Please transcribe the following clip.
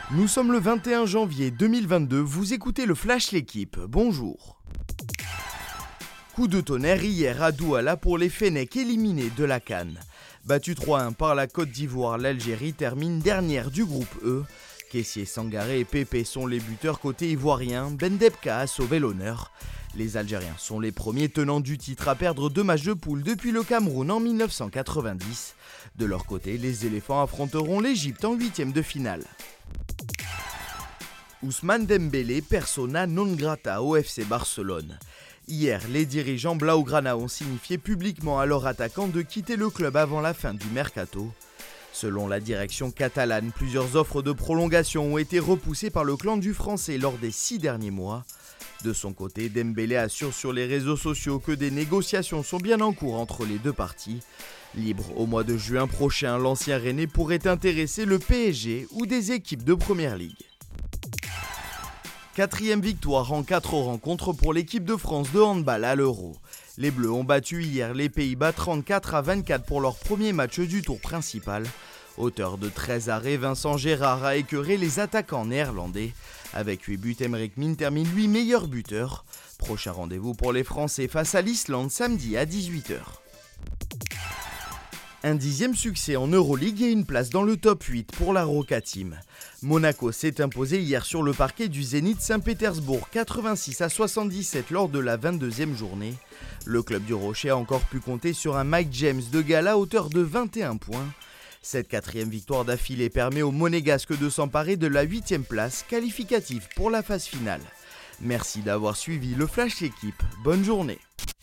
Nous sommes le 21 janvier 2022, vous écoutez le Flash L'équipe, bonjour. Coup de tonnerre hier à Douala pour les Fennecs éliminés de la CAN. Battu 3-1 par la Côte d'Ivoire, l'Algérie termine dernière du groupe E. Kessié, Sangaré et Pépé sont les buteurs côté ivoirien, Bendebka a sauvé l'honneur. Les Algériens sont les premiers tenants du titre à perdre 2 matchs de poule depuis le Cameroun en 1990. De leur côté, les éléphants affronteront l'Égypte en 8e de finale. Ousmane Dembélé, persona non grata au FC Barcelone. Hier, les dirigeants blaugrana ont signifié publiquement à leur attaquant de quitter le club avant la fin du mercato. Selon la direction catalane, plusieurs offres de prolongation ont été repoussées par le clan du Français lors des 6 derniers mois. De son côté, Dembélé assure sur les réseaux sociaux que des négociations sont bien en cours entre les deux parties. Libre au mois de juin prochain, l'ancien Rennais pourrait intéresser le PSG ou des équipes de Première Ligue. 4e victoire en 4 rencontres pour l'équipe de France de handball à l'Euro. Les Bleus ont battu hier les Pays-Bas 34-24 pour leur premier match du tour principal. Auteur de 13 arrêts, Vincent Gérard a écœuré les attaquants néerlandais. Avec 8 buts, Aymeric Min termine lui meilleur buteur. Prochain rendez-vous pour les Français face à l'Islande samedi à 18h. Un 10e succès en Euroleague et une place dans le top 8 pour la Roca Team. Monaco s'est imposé hier sur le parquet du Zénith Saint-Pétersbourg 86-77 lors de la 22e journée. Le club du Rocher a encore pu compter sur un Mike James de gala auteur de 21 points. Cette 4e victoire d'affilée permet aux Monégasques de s'emparer de la 8e place qualificative pour la phase finale. Merci d'avoir suivi le Flash L'équipe, bonne journée.